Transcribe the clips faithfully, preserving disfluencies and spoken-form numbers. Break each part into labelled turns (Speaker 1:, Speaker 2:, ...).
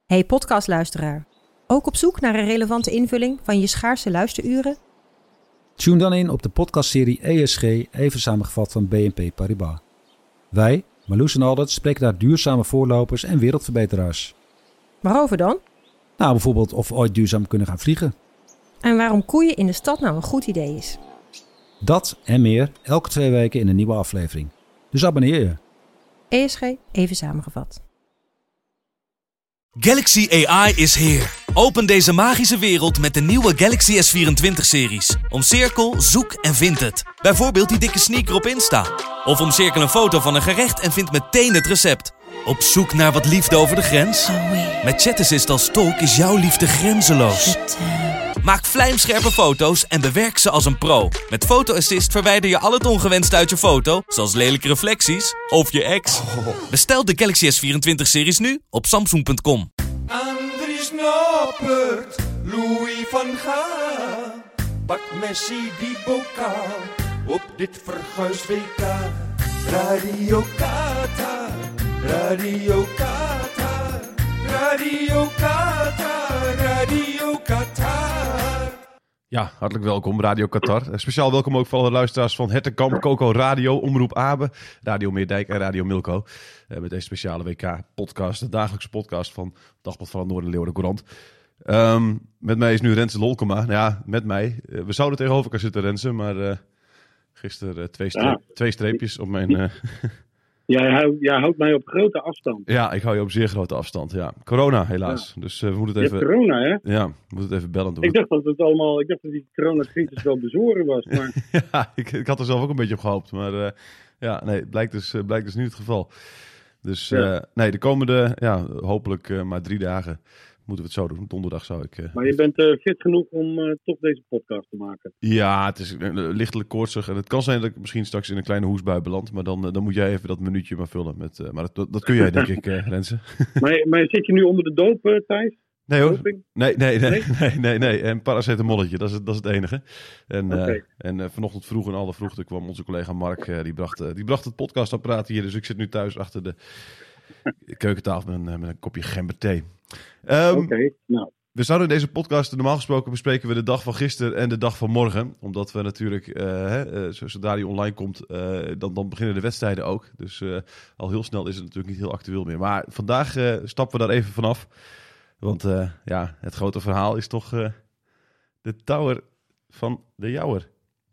Speaker 1: Hey podcastluisteraar, ook op zoek naar een relevante invulling van je schaarse luisteruren?
Speaker 2: Tune dan in op de podcastserie E S G, even samengevat van B N P Paribas. Wij, Marloes en Aldert, spreken daar duurzame voorlopers en wereldverbeteraars.
Speaker 1: Waarover dan?
Speaker 2: Nou, bijvoorbeeld of we ooit duurzaam kunnen gaan vliegen.
Speaker 1: En waarom koeien in de stad nou een goed idee is.
Speaker 2: Dat en meer elke twee weken in een nieuwe aflevering. Dus abonneer je.
Speaker 1: E S G, even samengevat.
Speaker 3: Galaxy A I is here. Open deze magische wereld met de nieuwe Galaxy S vierentwintig-series. Omcirkel, zoek en vind het. Bijvoorbeeld die dikke sneaker op Insta. Of omcirkel een foto van een gerecht en vind meteen het recept. Op zoek naar wat liefde over de grens? Met Chat Assist als tolk is jouw liefde grenzeloos. Maak vlijmscherpe foto's en bewerk ze als een pro. Met Photo Assist verwijder je al het ongewenst uit je foto, zoals lelijke reflecties of je ex. Bestel de Galaxy S vierentwintig-series nu op samsung punt com.
Speaker 4: Andries Noppert, Louis van Gaal, pak Messi die bokaal op dit verguisd W K. Radio Qatar, Radio Qatar, Radio Qatar, Radio Qatar.
Speaker 5: Ja, hartelijk welkom, Radio Qatar. Speciaal welkom ook voor alle luisteraars van Hertenkamp, Coco Radio, Omroep Abe, Radio Meerdijk en Radio Milko. Uh, met deze speciale W K-podcast, de dagelijkse podcast van Dagblad van het Noorden, Leeuwarden Courant. Um, met mij is nu Renze Lolkema. Nou ja, met mij. Uh, we zouden tegenover elkaar zitten, Renze, maar uh, gisteren uh, twee, streep, ja. twee streepjes op mijn... Uh,
Speaker 6: Jij houdt, jij houdt mij op grote afstand.
Speaker 5: Ja, ik hou je op zeer grote afstand. Ja. Corona helaas. Ja. Dus uh, we moeten het even...
Speaker 6: Je hebt corona, hè?
Speaker 5: Ja, we moeten het even bellen.
Speaker 6: Ik dacht dat het allemaal... Ik dacht dat die coronacrisis wel bezoren was, maar...
Speaker 5: ja, ik, ik had er zelf ook een beetje op gehoopt. Maar uh, ja, nee, blijkt dus, uh, blijkt dus niet het geval. Dus uh, ja. nee, de komende, ja, hopelijk uh, maar drie dagen moeten we het zo doen. Donderdag zou ik... Uh,
Speaker 6: maar je bent uh, fit genoeg om uh, toch deze podcast te maken?
Speaker 5: Ja, het is uh, lichtelijk koortsig. En het kan zijn dat ik misschien straks in een kleine hoesbui beland. Maar dan, uh, dan moet jij even dat minuutje maar vullen. Met, uh, maar dat, dat kun jij, denk ik, uh, Renze.
Speaker 6: maar, maar zit je nu onder de doop, uh, Thijs?
Speaker 5: Nee hoor. Nee, nee, nee, nee, nee, nee, nee. En paracetamolletje, dat is het, dat is het enige. En, okay. uh, en uh, vanochtend vroeg in alle vroegte kwam onze collega Mark, uh, die, bracht, uh, die bracht het podcastapparaat hier. Dus ik zit nu thuis achter de keukentafel met een, met een kopje gemberthee. Um,
Speaker 6: Oké, okay, nou.
Speaker 5: We zouden in deze podcast, normaal gesproken bespreken we de dag van gisteren en de dag van morgen. Omdat we natuurlijk, uh, hè, uh, zodra die online komt, uh, dan, dan beginnen de wedstrijden ook. Dus uh, al heel snel is het natuurlijk niet heel actueel meer. Maar vandaag uh, stappen we daar even vanaf. Want uh, ja, het grote verhaal is toch uh, de Tower van de Jouwer.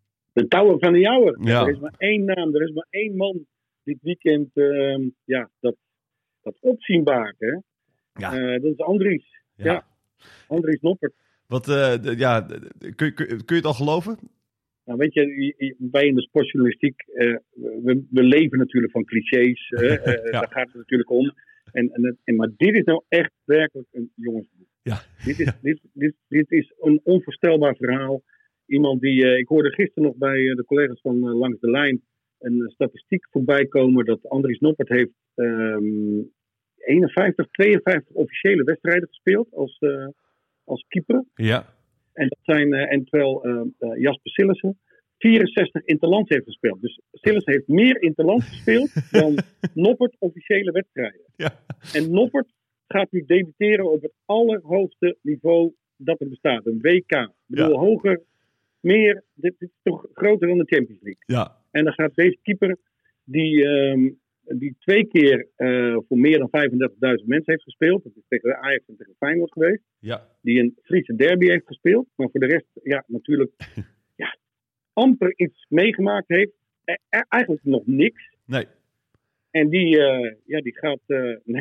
Speaker 6: De Tower van de Jouwer?
Speaker 5: Ja.
Speaker 6: Er is maar één naam, er is maar één man dit weekend uh, ja, dat, dat opzien baart, hè? Ja. Uh, dat is Andries. Ja. ja. Andries Noppert.
Speaker 5: Wat, uh, de, ja, kun, kun, kun je het al geloven?
Speaker 6: Nou, weet je, wij in de sportjournalistiek, uh, we, we leven natuurlijk van clichés. Uh, uh, ja. Daar gaat het natuurlijk om. En, en, en, maar dit is nou echt werkelijk een jongensboek.
Speaker 5: Ja.
Speaker 6: Dit, is,
Speaker 5: ja.
Speaker 6: dit, dit, dit is een onvoorstelbaar verhaal. Iemand die, uh, ik hoorde gisteren nog bij uh, de collega's van uh, Langs de Lijn een uh, statistiek voorbij komen dat Andries Noppert heeft um, eenenvijftig, tweeënvijftig officiële wedstrijden gespeeld als, uh, als keeper.
Speaker 5: Ja.
Speaker 6: En dat zijn, uh, en terwijl uh, uh, Jasper Sillissen vierenzestig interlands heeft gespeeld. Dus Sillissen heeft meer interlands gespeeld dan Noppert officiële wedstrijden.
Speaker 5: Ja.
Speaker 6: En Noppert gaat nu debuteren op het allerhoogste niveau dat er bestaat. Een W K. Ik bedoel, ja. hoger, meer, dit is toch groter dan de Champions League.
Speaker 5: Ja.
Speaker 6: En dan gaat deze keeper, die, um, die twee keer uh, voor meer dan vijfendertigduizend mensen heeft gespeeld. Dat is tegen Ajax en tegen Feyenoord geweest.
Speaker 5: Ja.
Speaker 6: Die een Friese derby heeft gespeeld. Maar voor de rest, ja, natuurlijk... ja, amper iets meegemaakt heeft. E- eigenlijk nog niks.
Speaker 5: Nee.
Speaker 6: En die, uh, ja, die gaat... Uh, nee.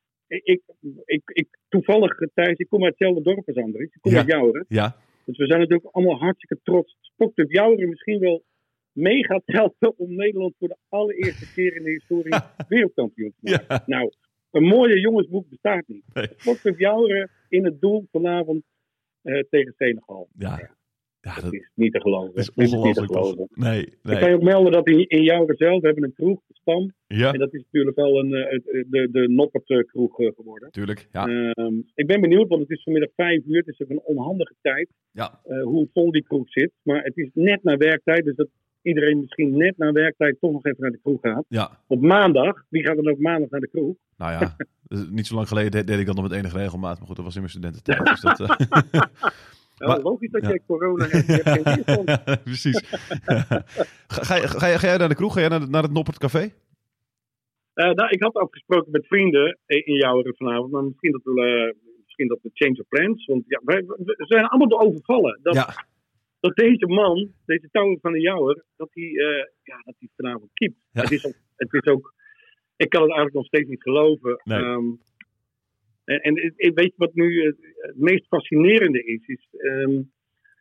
Speaker 6: Ik, ik, ik, toevallig, Thijs, ik kom uit hetzelfde dorp als Andries. Ik kom
Speaker 5: ja.
Speaker 6: uit Jouweren.
Speaker 5: Ja.
Speaker 6: Dus we zijn natuurlijk allemaal hartstikke trots. Sportclub Jouweren misschien wel mee gaat helpen om Nederland voor de allereerste keer in de historie wereldkampioen te maken. Ja. Nou, een mooie jongensboek bestaat niet. Nee. Sportclub Jouweren in het doel vanavond uh, tegen Senegal.
Speaker 5: Ja. ja. Ja, dat,
Speaker 6: dat is niet te geloven.
Speaker 5: Dat is ongelooflijk. Niet nee, nee.
Speaker 6: Ik kan je ook melden dat in, in Jouweren zelf, we hebben een kroeg, de Stam.
Speaker 5: Ja.
Speaker 6: En dat is natuurlijk al een, uh, de, de Noppert kroeg uh, geworden.
Speaker 5: Tuurlijk, ja.
Speaker 6: Uh, ik ben benieuwd, want het is vanmiddag vijf uur. Het is ook een onhandige tijd.
Speaker 5: Ja.
Speaker 6: Uh, hoe vol die kroeg zit. Maar het is net na werktijd, dus dat iedereen misschien net na werktijd toch nog even naar de kroeg gaat.
Speaker 5: Ja.
Speaker 6: Op maandag, wie gaat dan ook maandag naar de kroeg?
Speaker 5: Nou ja, niet zo lang geleden deed, deed ik dat nog met enige regelmaat. Maar goed, dat was in mijn studententijd. Dus dat, uh...
Speaker 6: Ja,
Speaker 5: maar,
Speaker 6: logisch dat
Speaker 5: ja.
Speaker 6: jij corona hebt. Je hebt geen weerstand.
Speaker 5: Ja, precies. ga, ga, ga, ga jij naar de kroeg? Ga jij naar, naar het Noppert Café?
Speaker 6: Uh, nou, ik had afgesproken met vrienden in Jouweren vanavond. Maar misschien dat we, uh, misschien dat we change of plans. Want ja, wij, we zijn allemaal door overvallen. Dat,
Speaker 5: Ja.
Speaker 6: dat deze man, deze touwer van de Jouwer, dat hij uh, ja, dat hij vanavond keept.
Speaker 5: Ja.
Speaker 6: Het, is ook, het is ook... Ik kan het eigenlijk nog steeds niet geloven.
Speaker 5: Nee.
Speaker 6: Um, en, en weet je wat nu het, het meest fascinerende is? Is um,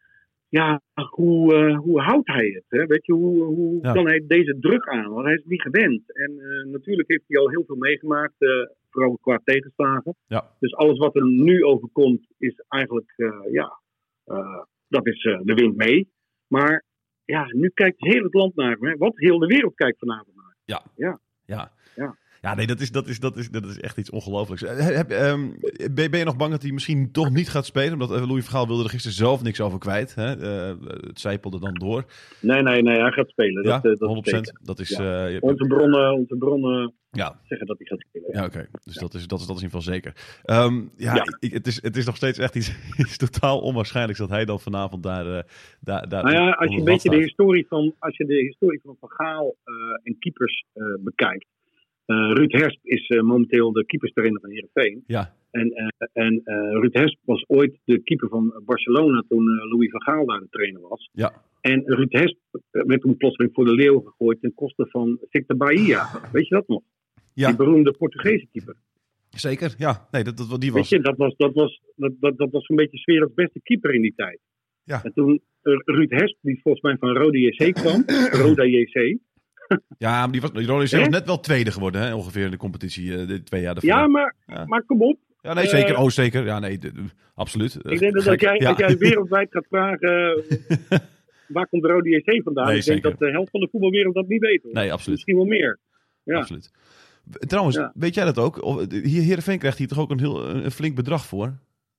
Speaker 6: ja, hoe, uh, hoe houdt hij het? Hè? Weet je, hoe, hoe
Speaker 5: Ja.
Speaker 6: kan hij deze druk aan? Want hij is het niet gewend. En uh, natuurlijk heeft hij al heel veel meegemaakt, uh, vooral qua tegenslagen.
Speaker 5: Ja.
Speaker 6: Dus alles wat er nu overkomt is eigenlijk, uh, ja, uh, dat is uh, de wind mee. Maar ja, nu kijkt heel het land naar hem. Hè? Wat heel de wereld kijkt vanavond naar.
Speaker 5: Ja.
Speaker 6: Ja.
Speaker 5: Ja.
Speaker 6: Ja.
Speaker 5: Ja, nee, dat is, dat is, dat is, dat is echt iets ongelooflijks. Heb, um, ben, ben je nog bang dat hij misschien toch niet gaat spelen? Omdat uh, Louis van Gaal wilde er gisteren zelf niks over kwijt. Hè? Uh, het zijpelde dan door.
Speaker 6: Nee, nee, nee, hij gaat spelen.
Speaker 5: Ja,
Speaker 6: dat, uh, dat
Speaker 5: honderd procent. Dat is...
Speaker 6: Ja.
Speaker 5: Uh, je,
Speaker 6: Onze bronnen, onze bronnen
Speaker 5: ja.
Speaker 6: zeggen dat hij gaat spelen.
Speaker 5: Ja, oké. Okay. Dus ja. dat, is, dat, is, dat is in ieder geval zeker. Um, ja,
Speaker 6: ja.
Speaker 5: Ik, het, is, het is nog steeds echt iets, iets totaal onwaarschijnlijks dat hij dan vanavond daar... Uh, daar, daar
Speaker 6: nou ja, als je een beetje de historie van, als je de historie van Van Gaal uh, en keepers uh, bekijkt. Uh, Ruud Hersp is uh, momenteel de keeperstrainer van Heerenveen.
Speaker 5: Ja.
Speaker 6: En, uh, en uh, Ruud Hersp was ooit de keeper van Barcelona toen uh, Louis van Gaal daar de trainer was.
Speaker 5: Ja.
Speaker 6: En Ruud Hersp werd toen plotseling voor de leeuw gegooid ten koste van Victor Bahia. Weet je dat nog?
Speaker 5: Ja.
Speaker 6: Die beroemde Portugese keeper.
Speaker 5: Zeker, ja. Nee, dat, dat, die was...
Speaker 6: Weet je, dat was, dat was, dat, dat, dat was een beetje 's werelds beste keeper in die tijd.
Speaker 5: Ja.
Speaker 6: En toen uh, Ruud Hersp, die volgens mij van Roda J C kwam, Roda J C...
Speaker 5: Ja, maar die was, die was net wel tweede geworden, hè, ongeveer in de competitie, uh, de twee jaar daarvoor.
Speaker 6: Ja, maar, ja. maar kom op.
Speaker 5: Ja, nee, zeker. Uh, oh, zeker. Ja, nee, de, de, absoluut.
Speaker 6: Ik denk dat, dat jij, ja. als jij wereldwijd gaat vragen, waar komt de Rode J C vandaan?
Speaker 5: Nee,
Speaker 6: ik denk
Speaker 5: zeker.
Speaker 6: dat de helft van de voetbalwereld dat niet weet. Hoor.
Speaker 5: Nee, absoluut.
Speaker 6: Misschien wel meer. Ja.
Speaker 5: Absoluut. Trouwens, ja. weet jij dat ook? Hier Heerenveen krijgt hier toch ook een, heel, een flink bedrag voor?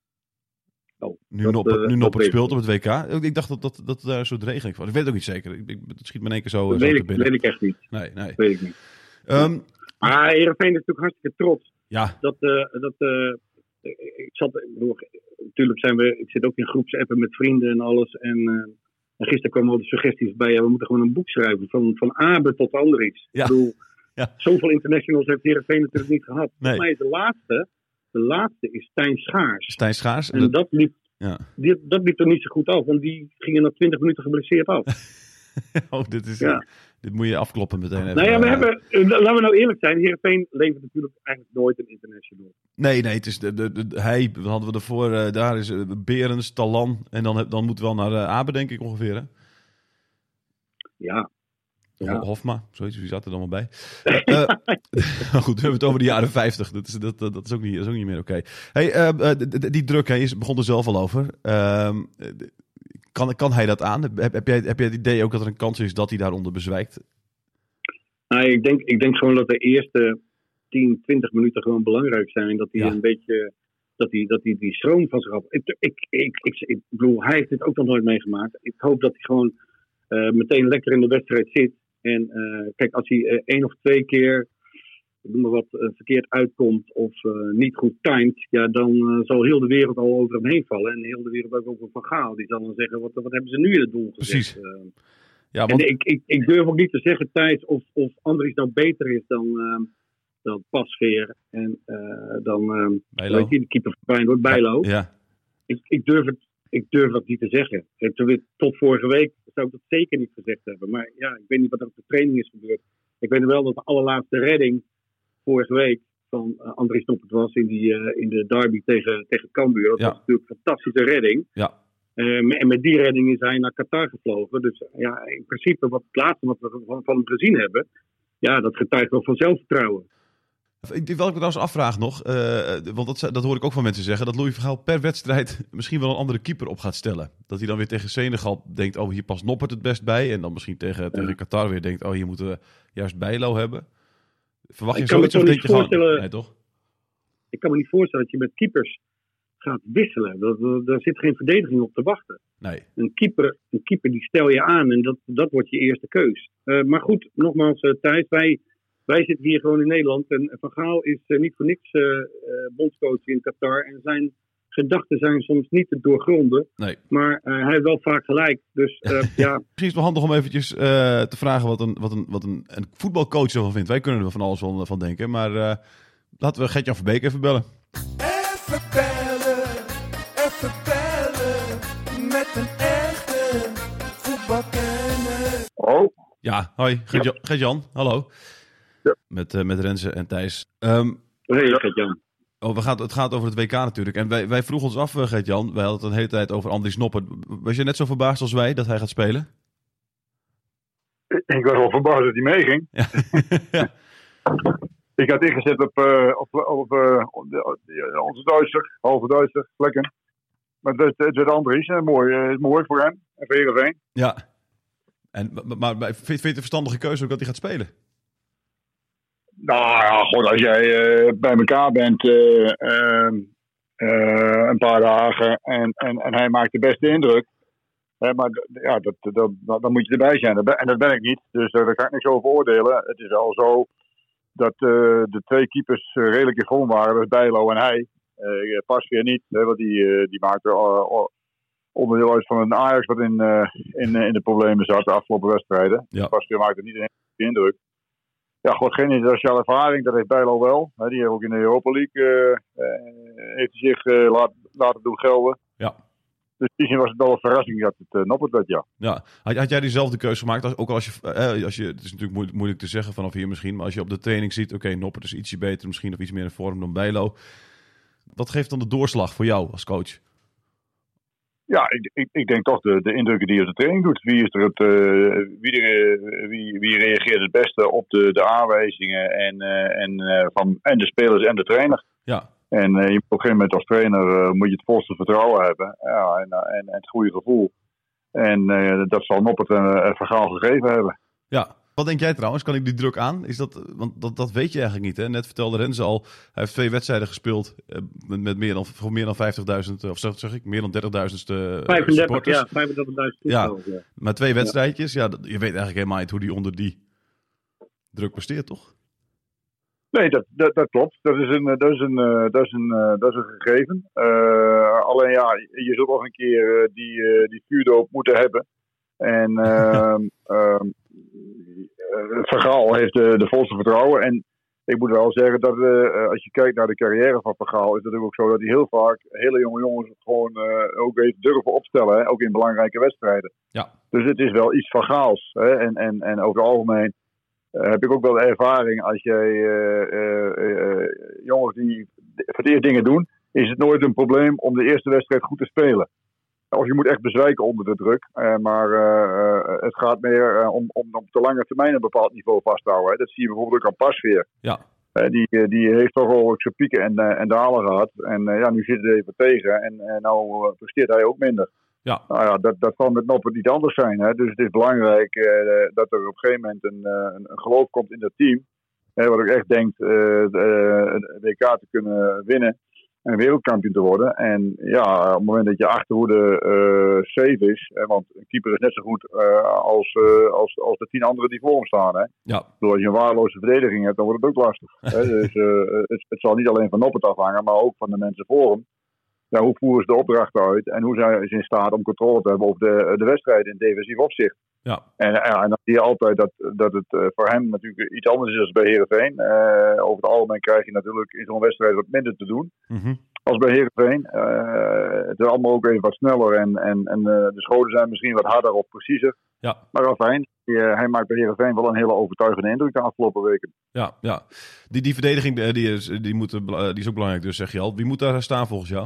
Speaker 6: Oh,
Speaker 5: nu
Speaker 6: dat,
Speaker 5: Noppert,
Speaker 6: uh,
Speaker 5: nu Noppert speelt op het W K. Ik dacht dat, dat, dat daar een soort regeling was. Ik weet het ook niet zeker. Ik, ik, het schiet me in één keer zo,
Speaker 6: dat
Speaker 5: zo
Speaker 6: weet
Speaker 5: te
Speaker 6: ik,
Speaker 5: binnen.
Speaker 6: weet ik echt niet.
Speaker 5: Nee, nee.
Speaker 6: Weet ik niet.
Speaker 5: Um,
Speaker 6: maar Heerenveen is natuurlijk hartstikke trots.
Speaker 5: Ja.
Speaker 6: Dat, uh, dat, uh, ik zat, ik bedoel, natuurlijk zijn we, ik zit ook in groepsappen met vrienden en alles. En, uh, en gisteren kwamen al de suggesties bij, ja, we moeten gewoon een boek schrijven. Van, van Abe tot Andries.
Speaker 5: Ja.
Speaker 6: Ik bedoel,
Speaker 5: ja.
Speaker 6: zoveel internationals heeft Heerenveen natuurlijk niet gehad.
Speaker 5: Nee.
Speaker 6: Volgens mij is de laatste, de laatste is Stijn Schaars.
Speaker 5: Stijn Schaars.
Speaker 6: En dat, dat liep
Speaker 5: Ja.
Speaker 6: Die, dat liep er niet zo goed af, want die gingen na twintig minuten geblesseerd af.
Speaker 5: oh, dit, is,
Speaker 6: ja.
Speaker 5: dit moet je afkloppen meteen even.
Speaker 6: Nou ja, we hebben, laten we nou eerlijk zijn, Heerenveen levert natuurlijk eigenlijk nooit een international.
Speaker 5: Nee, nee, het is de, de, de, hij, wat hadden we ervoor, uh, daar is uh, Berens, Talan, en dan, dan moeten we wel naar uh, Abe, denk ik ongeveer, hè?
Speaker 6: Ja. Ja.
Speaker 5: Hofma, zoiets, wie zat er dan wel bij? uh, goed, we hebben het over de jaren vijftig. Dat is, dat, dat is, ook, niet, dat is ook niet meer oké. Okay. Hey, uh, uh, die druk, hè, je begon er zelf al over. Uh, kan, kan hij dat aan? Heb, heb, jij, heb jij het idee ook dat er een kans is dat hij daaronder bezwijkt?
Speaker 6: Nou, ik denk, ik denk gewoon dat de eerste tien, twintig minuten gewoon belangrijk zijn. Dat hij ja. een beetje, dat hij, dat hij die stroom van zich af... Ik, ik, ik, ik, ik bedoel, hij heeft dit ook nog nooit meegemaakt. Ik hoop dat hij gewoon uh, meteen lekker in de wedstrijd zit. En uh, kijk, als hij uh, één of twee keer ik noem maar wat, uh, verkeerd uitkomt of uh, niet goed timed, ja, dan uh, zal heel de wereld al over hem heen vallen. En heel de wereld ook over Van Gaal. Die zal dan zeggen, wat, wat hebben ze nu in het doel gezet?
Speaker 5: Precies.
Speaker 6: Uh,
Speaker 5: ja, want...
Speaker 6: En ik, ik, ik durf ook niet te zeggen, Thijs, of, of Andries nou beter is dan, uh, dan Pasveer en uh, dan, uh, weet je, de keeper van Feyenoord, Bijlo.
Speaker 5: Ja. ja.
Speaker 6: Ik, ik, durf het, ik durf dat niet te zeggen. Tot vorige week zou ik dat zeker niet gezegd hebben. Maar ja, ik weet niet wat er op de training is gebeurd. Ik weet wel dat de allerlaatste redding vorige week van uh, Andries Noppert was in, die, uh, in de derby tegen, tegen Cambuur. Dat ja. was natuurlijk een fantastische redding.
Speaker 5: Ja.
Speaker 6: Uh, en met die redding is hij naar Qatar gevlogen. Dus ja, in principe wat het laatste wat we van, van hem gezien hebben, ja, dat getuigt wel van zelfvertrouwen.
Speaker 5: Ik wil ik me trouwens afvraag nog, uh, want dat, dat hoor ik ook van mensen zeggen, dat Louis van Gaal per wedstrijd misschien wel een andere keeper op gaat stellen. Dat hij dan weer tegen Senegal denkt, oh hier past Noppert het best bij. En dan misschien tegen, ja. tegen Qatar weer denkt, oh hier moeten we juist Bijlo hebben. Verwacht je zoiets of denk je gewoon... Nee, toch?
Speaker 6: Ik kan me niet voorstellen dat je met keepers gaat wisselen. Dat, daar zit geen verdediging op te wachten.
Speaker 5: Nee.
Speaker 6: Een keeper, een keeper die stel je aan en dat, dat wordt je eerste keus. Uh, maar goed, nogmaals uh, Thijs, wij, wij zitten hier gewoon in Nederland. En Van Gaal is uh, niet voor niks uh, uh, bondscoach in Qatar. En zijn gedachten zijn soms niet te doorgronden. Nee. Maar uh, hij heeft wel vaak gelijk. Dus uh, ja.
Speaker 5: Misschien is het wel handig om eventjes uh, te vragen wat, een, wat, een, wat een, een voetbalcoach ervan vindt. Wij kunnen er van alles van, van denken. Maar uh, laten we Gert-Jan Verbeek even bellen.
Speaker 4: Even bellen, even bellen. Met een echte voetbalkenner.
Speaker 5: Oh. Ja, hoi. Gert-Jan, Gert-Jan hallo.
Speaker 6: Ja.
Speaker 5: Met, uh, met Renze en Thijs. Um,
Speaker 6: hey, Gert-Jan.
Speaker 5: Oh, we gaan, het gaat over het W K natuurlijk. En wij, wij vroegen ons af, Gert-Jan, wij hadden het een hele tijd over Andries Noppert. Was je net zo verbaasd als wij dat hij gaat spelen?
Speaker 7: Ik was wel verbaasd dat hij meeging. Ja. Ja. Ik had ingezet op, uh, op, op uh, onze Duitser, halve Duitser, Vlekken. Maar het, het werd Andries, uh, mooi, uh, mooi voor hem en voor Heerenveen.
Speaker 5: Ja, en, maar, maar vind je het een verstandige keuze ook dat hij gaat spelen?
Speaker 7: Nou ja, goed, als jij uh, bij elkaar bent uh, uh, uh, een paar dagen en, en, en hij maakt de beste indruk. Hè, maar d- ja, dat, dat, dat, dan moet je erbij zijn. En dat ben ik niet, dus uh, daar kan ik niks over oordelen. Het is wel zo dat uh, de twee keepers uh, redelijk in vorm waren. Dat is Bijlo en hij. Uh, Pasveer niet, hè, want die, uh, die maakte uh, onderdeel uit van een Ajax wat in, uh, in, in de problemen zat de afgelopen wedstrijden. Ja. Pasveer maakte niet een indruk. Ja, goed, geen internationale ervaring, dat heeft Bijlo wel. He, die heeft ook in de Europa League uh, uh, heeft hij zich uh, laat, laten doen gelden. Ja. Dus in die zin was het wel een verrassing dat het uh, Noppert werd, ja.
Speaker 5: Ja. Had, had jij diezelfde keuze gemaakt? Als, ook al als je, uh, als je, het is natuurlijk moeilijk, moeilijk te zeggen vanaf hier misschien, maar als je op de training ziet, oké, okay, Noppert is ietsje beter, misschien of iets meer in vorm dan Bijlo. Wat geeft dan de doorslag voor jou als coach?
Speaker 7: Ja, ik, ik, ik denk toch de, de indrukken die je op de training doet. Wie, is er het, uh, wie, er, wie, wie reageert het beste op de, de aanwijzingen en, uh, en, uh, van, en de spelers en de trainer. Ja. En uh, je moet op een gegeven moment als trainer uh, moet je het volste vertrouwen hebben. Ja, en, uh, en, en het goede gevoel. En uh, dat zal Noppert en uh, Van Gaal gegeven hebben.
Speaker 5: Ja. Wat denk jij trouwens? Kan ik die druk aan? Is dat, want dat, dat weet je eigenlijk niet. Hè? Net vertelde Renze al, hij heeft twee wedstrijden gespeeld uh, met, met meer dan, voor meer dan vijftigduizend, of zeg, zeg ik, meer dan dertigduizend uh,
Speaker 6: vijfendertig,
Speaker 5: supporters.
Speaker 6: Ja, vijfendertigduizend toeschouwers. Ja.
Speaker 5: Ja, maar twee wedstrijdjes, ja, je weet eigenlijk helemaal niet hoe die onder die druk presteert, toch?
Speaker 7: Nee, dat, dat, dat klopt. Dat is een, dat is een, dat is een, dat is een gegeven. Uh, alleen ja, je zult nog een keer die, uh, die vuurdoop moeten hebben. En uh, uh, Van Gaal heeft de, de volste vertrouwen. En ik moet wel zeggen dat uh, als je kijkt naar de carrière van Van Gaal, is het natuurlijk ook zo dat hij heel vaak hele jonge jongens gewoon uh, ook heeft durven opstellen. Hè? Ook in belangrijke wedstrijden. Ja. Dus het is wel iets Van Gaals. Hè? En, en, en over het algemeen uh, heb ik ook wel de ervaring als jij uh, uh, uh, jongens die voor het eerst dingen doen, is het nooit een probleem om de eerste wedstrijd goed te spelen. Of je moet echt bezwijken onder de druk. Uh, maar uh, uh, het gaat meer uh, om, om op de lange termijn een bepaald niveau vast te houden. Hè. Dat zie je bijvoorbeeld ook aan Pasveer. Ja. Uh, die, die heeft toch wel zijn pieken en, uh, en dalen gehad. En uh, ja, nu zit het even tegen. En uh, nou uh, presteert hij ook minder. Ja. Nou ja, dat, dat kan met Noppert niet anders zijn. Hè. Dus het is belangrijk uh, dat er op een gegeven moment een, uh, een geloof komt in dat team. Uh, wat ook echt denkt uh, de W K te kunnen winnen. En wereldkampioen te worden. En ja, op het moment dat je achterhoede uh, safe is. Hè, want een keeper is net zo goed uh, als, uh, als, als de tien anderen die voor hem staan. Hè. Ja. Als je een waardeloze verdediging hebt, dan wordt het ook lastig. Hè. Dus uh, het, het zal niet alleen van Noppert afhangen, maar ook van de mensen voor hem. Ja, hoe voeren ze de opdrachten uit en hoe zijn ze in staat om controle te hebben op de, de wedstrijd in defensief opzicht. Ja. En, ja, en dan zie je altijd dat, dat het uh, voor hem natuurlijk iets anders is dan bij Heerenveen. Uh, over het algemeen krijg je natuurlijk in zo'n wedstrijd wat minder te doen. Mm-hmm. Als bij Heerenveen. Uh, het is allemaal ook even wat sneller en, en, en uh, de schoten zijn misschien wat harder of preciezer. Ja. Maar afijn, uh, hij maakt bij Heerenveen wel een hele overtuigende indruk de afgelopen weken.
Speaker 5: Ja, ja. Die, die verdediging die is, die, moet, die is ook belangrijk dus, zeg je al. Wie moet daar staan volgens jou?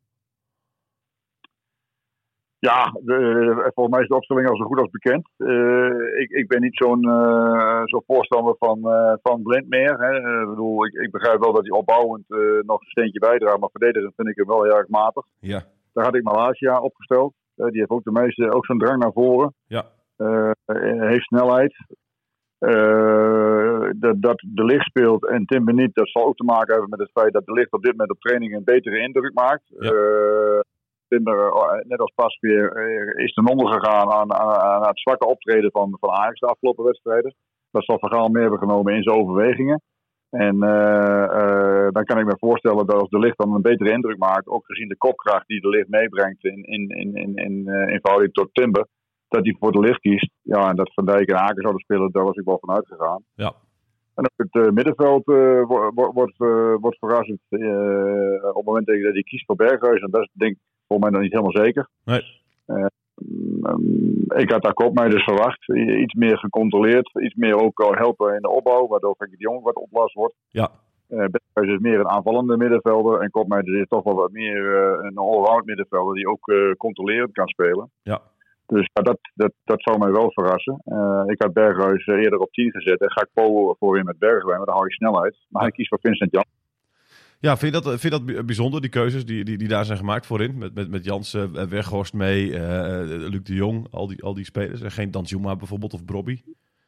Speaker 7: Ja, de, volgens mij is de opstelling al zo goed als bekend. Uh, ik, ik ben niet zo'n, uh, zo'n voorstander van, uh, van Blind meer. Hè. Uh, bedoel, ik, ik begrijp wel dat hij opbouwend uh, nog een steentje bijdraagt, maar verdedigend vind ik hem wel heel erg matig. Ja. Daar had ik Malasia opgesteld. Uh, die heeft ook de meeste, ook zo'n drang naar voren. Ja. Uh, heeft snelheid. Uh, dat, dat De Ligt speelt en Timber niet, dat zal ook te maken hebben met het feit dat De Ligt op dit moment op training een betere indruk maakt. Ja. Uh, Timber, net als Pasveer, is ten onder gegaan aan, aan, aan het zwakke optreden van, van Ajax de afgelopen wedstrijden. Dat zal Van Gaal mee hebben genomen in zijn overwegingen. En uh, uh, dan kan ik me voorstellen dat als De Ligt dan een betere indruk maakt, ook gezien de kopkracht die De Ligt meebrengt in, in, in, in, in, uh, in verhouding tot Timber, dat hij voor De Ligt kiest. Ja, en dat Van Dijk en Haken zouden spelen, daar was ik wel van uitgegaan.
Speaker 5: Ja.
Speaker 7: En ook het uh, middenveld uh, wordt, wordt, uh, wordt verrassend uh, op het moment dat hij kiest voor Berghuis. En dat is denk ik volgens mij nog niet helemaal zeker.
Speaker 5: Nee.
Speaker 7: Uh, um, ik had daar Koopmeijer dus verwacht. Iets meer gecontroleerd. Iets meer ook helpen in de opbouw. Waardoor Frenkie de Jong wat oplast wordt.
Speaker 5: Ja.
Speaker 7: Uh, Berghuis is meer een aanvallende middenvelder. En Koopmeijer is toch wel wat meer uh, een all-round middenvelder. Die ook uh, controlerend kan spelen.
Speaker 5: Ja.
Speaker 7: Dus ja, dat, dat, dat zou mij wel verrassen. Uh, ik had Berghuis uh, eerder op tien gezet. En ga ik Paul voorin met Bergwijn. Maar dan hou je snelheid. Maar hij kiest voor Vincent Jan.
Speaker 5: Ja, vind je dat, vind je dat bijzonder, die keuzes die, die, die daar zijn gemaakt voorin? Met, met, met Jansen, uh, Weghorst mee, uh, Luc de Jong, al die, al die spelers. En geen Danjuma bijvoorbeeld of Brobby?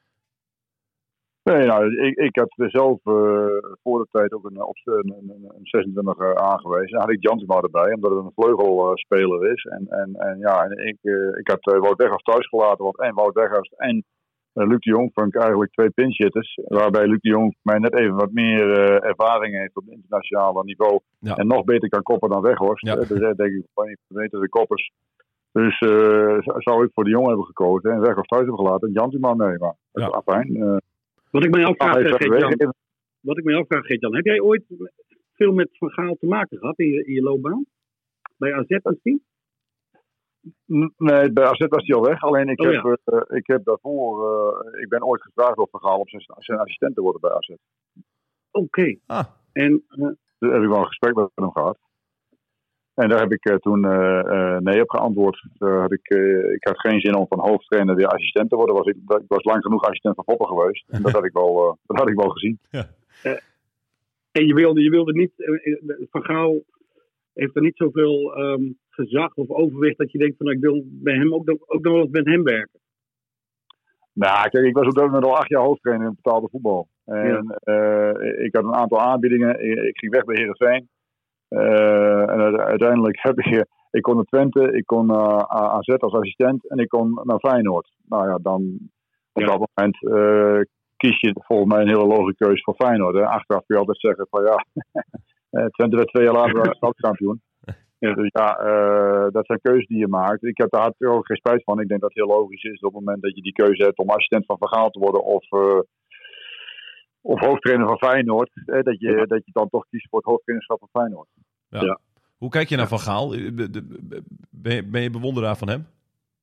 Speaker 7: Nee, nou, ik, ik had zelf uh, voor de tijd ook een, een, een, een zesentwintig uh, aangewezen. Dan had ik Jansen erbij, omdat het een vleugelspeler uh, is. En, en, en ja, en ik, uh, ik had uh, Wout Weghorst thuis gelaten, want en Wout Weghorst en uh, Luc de Jong vond ik eigenlijk twee pinchitters. Waarbij Luc de Jong mij net even wat meer uh, ervaring heeft op het internationale niveau. Ja. En nog beter kan koppen dan Weghorst. Ja. Uh, dus uh, denk ik van een van de betere koppers. Dus uh, zou ik voor de Jong hebben gekozen en Weghorst thuis hebben gelaten en Jansen maar mee. Maar dat is afijn. Uh,
Speaker 6: Wat ik mij afvraag, ah, Geert-Jan, wat ik mij afvraag, Geert-Jan, heb jij ooit veel met Van Gaal te maken gehad in je, in je loopbaan? Bij A Z was die?
Speaker 7: Nee, bij A Z was hij al weg. Alleen ik,
Speaker 6: oh,
Speaker 7: heb,
Speaker 6: ja.
Speaker 7: uh, ik heb daarvoor, uh, ik ben ooit gevraagd door Van Gaal om zijn, zijn assistent te worden bij A Z.
Speaker 6: Oké. Okay.
Speaker 5: Ah.
Speaker 6: En uh,
Speaker 7: dus heb ik wel een gesprek met hem gehad. En daar heb ik uh, toen uh, uh, nee op geantwoord. Uh, had ik, uh, ik had geen zin om van hoofdtrainer weer assistent te worden. Was ik, ik was lang genoeg assistent van Poppen geweest. En dat had ik wel, uh, dat had ik wel gezien.
Speaker 5: Ja.
Speaker 6: Uh, en je wilde, je wilde niet... Uh, Van Gaal heeft er niet zoveel um, gezag of overwicht dat je denkt van... Nou, ik wil bij hem ook, ook nog wel eens met hem werken.
Speaker 7: Nou, kijk, ik was op dat moment al acht jaar hoofdtrainer in betaalde voetbal. En ja. uh, ik had een aantal aanbiedingen. Ik, ik ging weg bij Heerenveen. Uh, en uiteindelijk heb ik, ik kon naar Twente, ik kon naar A Z als assistent en ik kon naar Feyenoord. Nou ja, dan op ja. dat moment uh, kies je volgens mij een hele logische keuze voor Feyenoord. Hè. Achteraf kun je altijd zeggen van ja, Twente werd twee jaar later landskampioen. Ja. Dus ja, uh, dat zijn keuzes die je maakt. Ik heb daar ook geen spijt van. Ik denk dat het heel logisch is op het moment dat je die keuze hebt om assistent van Van Gaal te worden of... Uh, Of hoofdtrainer van Feyenoord. Hè, dat, je, ja. dat je dan toch kiest voor het hoofdtrainerschap van Feyenoord.
Speaker 5: Ja. Ja. Hoe kijk je naar Van Gaal? Ben je, ben je bewonderaar van hem?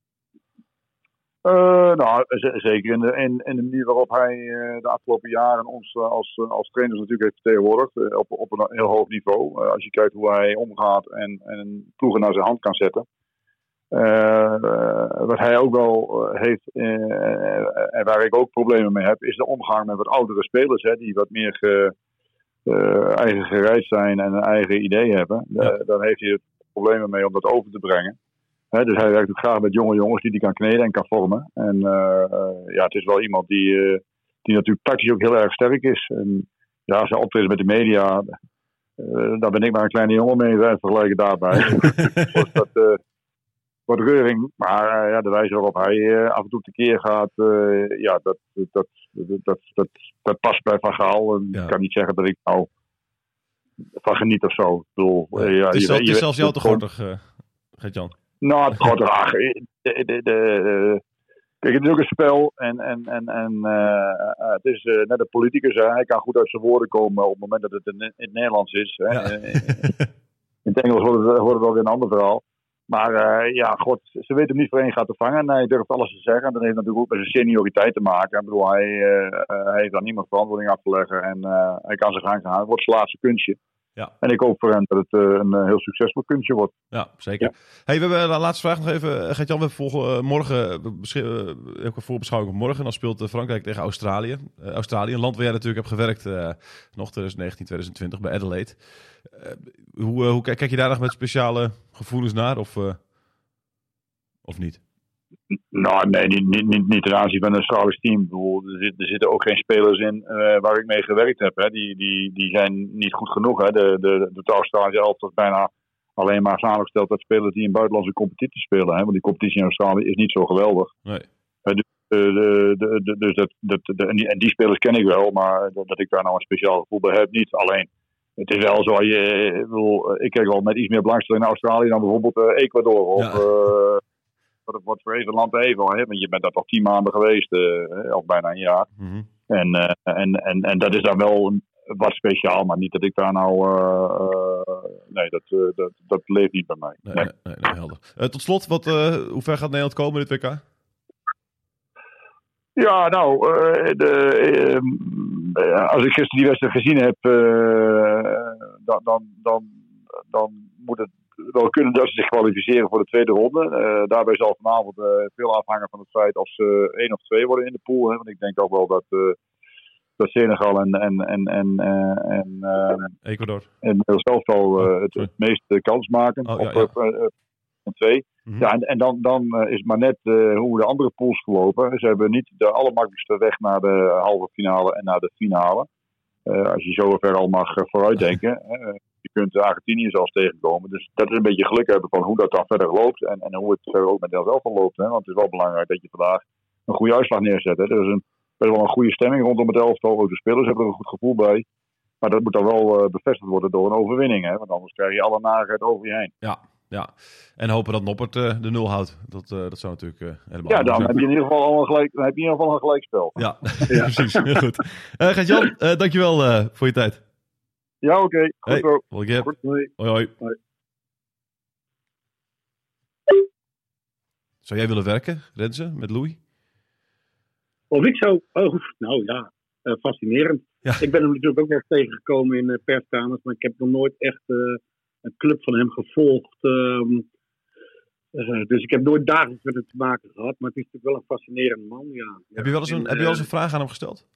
Speaker 7: Uh, nou, z- zeker in de, in, in de manier waarop hij uh, de afgelopen jaren ons uh, als, uh, als trainers natuurlijk heeft vertegenwoordigd. Uh, op, op een heel hoog niveau. Uh, als je kijkt hoe hij omgaat en, en ploegen naar zijn hand kan zetten. Uh, uh, wat hij ook wel uh, heeft uh, uh, en waar ik ook problemen mee heb, is de omgang met wat oudere spelers, hè, die wat meer ge, uh, eigen gereid zijn en een eigen idee hebben. Ja. Uh, dan heeft hij problemen mee om dat over te brengen. Hè, dus hij werkt ook graag met jonge jongens die hij kan kneden en kan vormen. En uh, uh, ja, het is wel iemand die, uh, die natuurlijk tactisch ook heel erg sterk is. En ja, zijn optreden met de media, uh, daar ben ik maar een kleine jongen mee vergelijken daarbij. Dus dat... Uh, Wat reuring, maar uh, ja, de wijze waarop hij uh, af en toe tekeer gaat, uh, ja, dat, dat, dat, dat, dat, dat past bij Van Gaal. En ja. Ik kan niet zeggen dat ik nou van geniet of zo. Ik bedoel,
Speaker 5: ja. uh, ja, het is, je, zelf, je, het is zelfs jou te gortig, uh, Gert-Jan.
Speaker 7: Nou, te gortig. Ach, de, de, de, de, kijk, het is ook een spel en, en, en, en uh, uh, het is uh, net een politicus. Hè. Hij kan goed uit zijn woorden komen op het moment dat het in, in het Nederlands is. Hè. Ja. In het Engels wordt het, wordt het wel weer een ander verhaal. Maar uh, ja, god, ze weten hem niet voor één gaat te vangen. En hij durft alles te zeggen. En dat heeft natuurlijk ook met zijn senioriteit te maken. Ik bedoel, hij, uh, hij heeft daar niemand verantwoording af te leggen. En uh, hij kan zijn gang gaan. Het wordt zijn laatste kunstje. Ja. En ik hoop voor hem dat het uh, een uh, heel succesvol kunstje wordt.
Speaker 5: Ja, zeker. Ja. Hey, we hebben de laatste vraag nog even. Gert-Jan, we hebben volgen, uh, morgen, we besch- uh, een voorbeschouwing op morgen. Dan speelt uh, Frankrijk tegen Australië. Uh, Australië, een land waar jij natuurlijk hebt gewerkt. Uh, nog twintig negentien, twintig twintig bij Adelaide. Uh, hoe, uh, hoe kijk je daar nog met speciale gevoelens naar? Of, uh, of niet?
Speaker 7: Nou, nee, niet, niet, niet, niet ten aanzien van een Australisch team. Ik bedoel, er, zit, er zitten ook geen spelers in uh, waar ik mee gewerkt heb. Hè. Die, die, die zijn niet goed genoeg. Hè. De, de, de Australische elftal is bijna alleen maar samengesteld uit spelers die in buitenlandse competitie spelen. Hè. Want die competitie in Australië is niet zo geweldig. Nee. Uh, dus de, de, de, dus dat, dat, de, en, die, en die spelers ken ik wel, maar dat, dat ik daar nou een speciaal gevoel bij heb, niet. Alleen, het is wel zo, je, ik, bedoel, ik kijk wel met iets meer belangstelling naar Australië dan bijvoorbeeld uh, Ecuador of... Ja. Uh, Dat wordt voor even land even, hè? Want je bent daar toch tien maanden geweest, uh, of bijna een jaar. Mm-hmm. En, uh, en, en, en dat is dan wel wat speciaal, maar niet dat ik daar nou... Uh, uh, nee, dat, uh, dat, dat leeft niet bij mij.
Speaker 5: Nee,
Speaker 7: nee.
Speaker 5: nee, nee, nee helder. Uh, tot slot, wat, uh, hoe ver gaat Nederland komen in dit W K?
Speaker 7: Ja, nou, uh, de, uh, als ik gisteren die wedstrijd gezien heb, uh, dan, dan, dan, dan moet het wel kunnen dat ze zich kwalificeren voor de tweede ronde. Uh, daarbij zal vanavond uh, veel afhangen van het feit of ze één of twee worden in de pool. Hè? Want ik denk ook wel dat, uh, dat Senegal en, en, en, en, uh, en uh,
Speaker 5: Ecuador
Speaker 7: en zelf al uh, het, het meeste kans maken.
Speaker 5: Oh,
Speaker 7: op
Speaker 5: ja, ja.
Speaker 7: Uh, uh, twee. Mm-hmm. Ja, en, en dan, dan uh, is het maar net uh, hoe de andere pools gelopen. Ze hebben niet de allermakkelijkste weg naar de halve finale en naar de finale. Uh, als je zo ver al mag uh, vooruitdenken. uh, Je kunt Argentinië zelfs tegenkomen. Dus dat is een beetje geluk hebben van hoe dat dan verder loopt. En, en hoe het verder ook met Nederland zelf loopt. Hè? Want het is wel belangrijk dat je vandaag een goede uitslag neerzet. Hè? Er is een, best wel een goede stemming rondom het elftal. Ook de spelers hebben er een goed gevoel bij. Maar dat moet dan wel uh, bevestigd worden door een overwinning. Hè? Want anders krijg je alle narigheid over je heen.
Speaker 5: Ja, ja. En hopen dat Noppert uh, de nul houdt. Dat, uh, dat zou natuurlijk uh, helemaal...
Speaker 7: Ja, dan heb je in ieder geval al een, gelijk, dan heb je in ieder geval een gelijkspel.
Speaker 5: Ja, ja. Precies. Heel goed. Uh, Gert-Jan, uh, dankjewel uh, voor je tijd.
Speaker 7: Ja, oké. Okay. Goed
Speaker 5: hey,
Speaker 7: zo.
Speaker 5: Goed,
Speaker 7: Goed, hoi.
Speaker 5: Hoi, hoi.
Speaker 7: Hoi.
Speaker 5: Zou jij willen werken, Renze, met Louis?
Speaker 6: Of ik zou... Oh, nou ja, uh, fascinerend. Ja. Ik ben hem natuurlijk ook wel tegengekomen in uh, perskamers, maar ik heb nog nooit echt uh, een club van hem gevolgd. Um, uh, dus ik heb nooit dagelijks met hem te maken gehad, maar het is natuurlijk wel een fascinerend man, ja.
Speaker 5: Heb je wel eens een, en, heb je wel eens een vraag aan hem gesteld?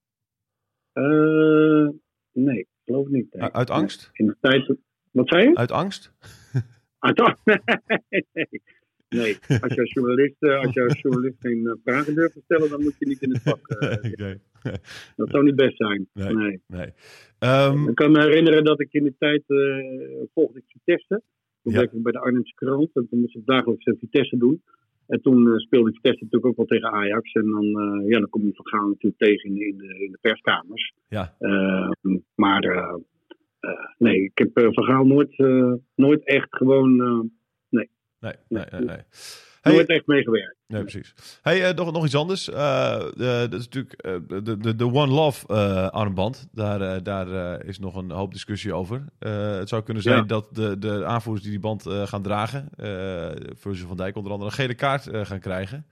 Speaker 6: Uh, nee, geloof ik niet. Nee.
Speaker 5: Uit angst?
Speaker 6: In de tijd... Wat zei je?
Speaker 5: Uit angst?
Speaker 6: Uit angst? Nee. Nee, als je als journalist, als je als journalist geen uh, vragen durft te stellen, dan moet je niet in het vak. Uh, okay. Dat zou niet best zijn.
Speaker 5: Nee.
Speaker 6: nee.
Speaker 5: nee. Um...
Speaker 6: Ik kan me herinneren dat ik in de tijd uh, volgde ik Vitesse. Toen ja. werkte ik bij de Arnhemse Krant en toen moest ik dagelijks uh, Vitesse doen. En toen uh, speelde Vitesse natuurlijk ook wel tegen Ajax. En dan, uh, ja, dan kom je Van Gaal natuurlijk tegen in, in, de, in de perskamers.
Speaker 5: Ja.
Speaker 6: Uh, maar uh, uh, nee, ik heb uh, Van Gaal nooit, uh, nooit echt gewoon... Uh, nee.
Speaker 5: Nee, nee, nee. nee.
Speaker 6: Hey, nooit echt meegewerkt.
Speaker 5: Nee, precies. Hey, uh, nog, nog iets anders. Uh, de, dat is natuurlijk uh, de, de, de One Love uh, armband. Daar, uh, daar uh, is nog een hoop discussie over. Uh, het zou kunnen zijn ja. dat de, de aanvoerders die die band uh, gaan dragen, uh, Virgil van Dijk onder andere, een gele kaart uh, gaan krijgen.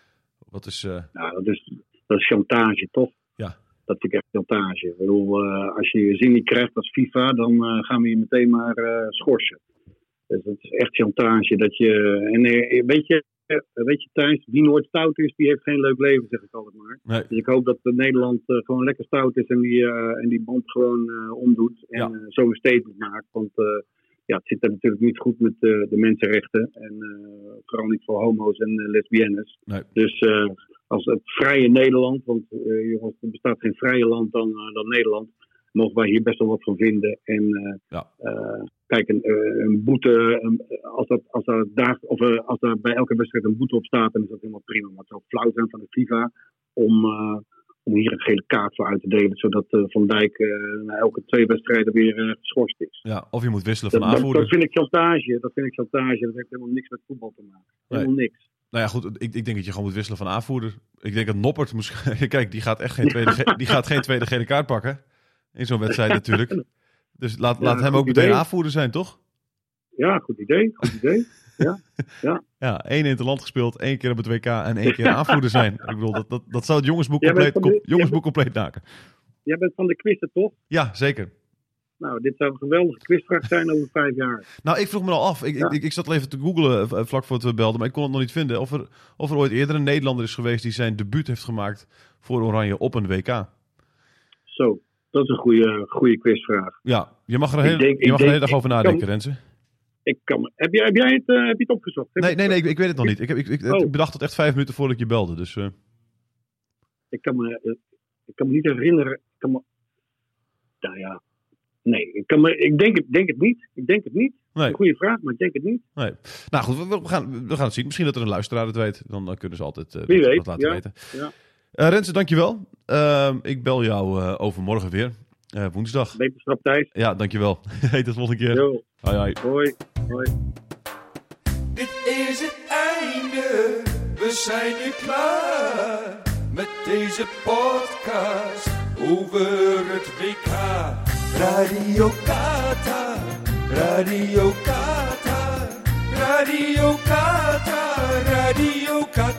Speaker 5: Wat is... Uh...
Speaker 6: Nou, dat is, dat is chantage, toch?
Speaker 5: Ja.
Speaker 6: Dat vind ik echt chantage. Ik bedoel, uh, als je je zin niet krijgt als FIFA, dan uh, gaan we je meteen maar uh, schorsen. Dus dat is echt chantage. Dat je, en uh, weet je, weet je Thijs, wie nooit stout is, die heeft geen leuk leven, zeg ik altijd maar.
Speaker 5: Nee.
Speaker 6: Dus ik hoop dat Nederland uh, gewoon lekker stout is en die, uh, en die band gewoon uh, omdoet. En ja. uh, zo een statement maakt. Want uh, ja, het zit er natuurlijk niet goed met uh, de mensenrechten. En uh, vooral niet voor homo's en uh, lesbiennes.
Speaker 5: Nee.
Speaker 6: Dus uh, als het vrije Nederland, want uh, jongens, er bestaat geen vrije land dan, uh, dan Nederland, mogen wij hier best wel wat van vinden. En uh,
Speaker 5: ja.
Speaker 6: uh, kijk, een, een boete, een, als, dat, als, dat daar, of, uh, als er bij elke wedstrijd een boete op staat, dan is dat helemaal prima. Maar het zou flauw zijn van de FIFA om, uh, om hier een gele kaart voor uit te delen, zodat uh, Van Dijk uh, na elke twee wedstrijden weer uh, geschorst is.
Speaker 5: Ja, of je moet wisselen van
Speaker 6: dat,
Speaker 5: aanvoerder.
Speaker 6: Dat, dat vind ik chantage. Dat vind ik chantage. Dat heeft helemaal niks met voetbal te maken. Helemaal nee. niks.
Speaker 5: Nou ja, goed, ik, ik denk dat je gewoon moet wisselen van aanvoerder. Ik denk dat Noppert moest... Kijk, die gaat echt geen tweede, ge- die gaat geen tweede gele kaart pakken. In zo'n wedstrijd natuurlijk. Dus laat, ja, laat hem ook meteen idee. aanvoerder zijn, toch?
Speaker 6: Ja, goed idee. Goed idee. Ja, ja.
Speaker 5: ja, één in het land gespeeld, één keer op het W K en één keer aanvoerder zijn. Ik bedoel, dat, dat, dat zou het jongensboek compleet, de, com, jongensboek bent, compleet maken.
Speaker 6: Jij bent van de quizzen, toch?
Speaker 5: Ja, zeker.
Speaker 6: Nou, dit zou een geweldige quizvraag zijn over vijf jaar.
Speaker 5: Nou, ik vroeg me al af. Ik, ja. ik, ik zat al even te googlen uh, vlak voor het belden, maar ik kon het nog niet vinden. Of er, of er ooit eerder een Nederlander is geweest die zijn debuut heeft gemaakt voor Oranje op een W K.
Speaker 6: Zo. Dat is een goede, goede quizvraag.
Speaker 5: Ja, je mag er, heel, denk, je mag er de hele dag over nadenken, Renze.
Speaker 6: Ik kan me, heb, jij, heb jij het, uh, heb je het opgezocht? Heb
Speaker 5: Nee,
Speaker 6: je
Speaker 5: nee,
Speaker 6: het
Speaker 5: nee, ik, ik weet het nog niet. Ik, heb, ik, ik,
Speaker 6: Oh.
Speaker 5: ik bedacht het echt vijf minuten voordat ik je belde. Dus, uh...
Speaker 6: Ik kan me, uh, ik kan me niet herinneren. Ik kan me, nou ja, nee, ik, kan me, ik denk, het, denk het niet. Ik denk het niet.
Speaker 5: nee.
Speaker 6: Een goede vraag, maar ik denk het niet.
Speaker 5: nee. Nou goed, we, we, gaan, we gaan het zien. Misschien dat er een luisteraar het weet. Dan, dan kunnen ze altijd uh,
Speaker 6: Wie
Speaker 5: dat,
Speaker 6: weet,
Speaker 5: dat laten
Speaker 6: ja,
Speaker 5: weten.
Speaker 6: ja.
Speaker 5: Uh, Renze, dankjewel. Uh, ik bel jou uh, overmorgen weer. Uh, woensdag.
Speaker 6: Beterschap Thijs.
Speaker 5: Ja, dankjewel. Hey, tot de volgende keer.
Speaker 6: Yo,
Speaker 5: Hoi, hoi.
Speaker 6: hoi, hoi.
Speaker 4: Dit is het einde, we zijn nu klaar met deze podcast over het W K. Radio Qatar, Radio Qatar, Radio Qatar, Radio Qatar.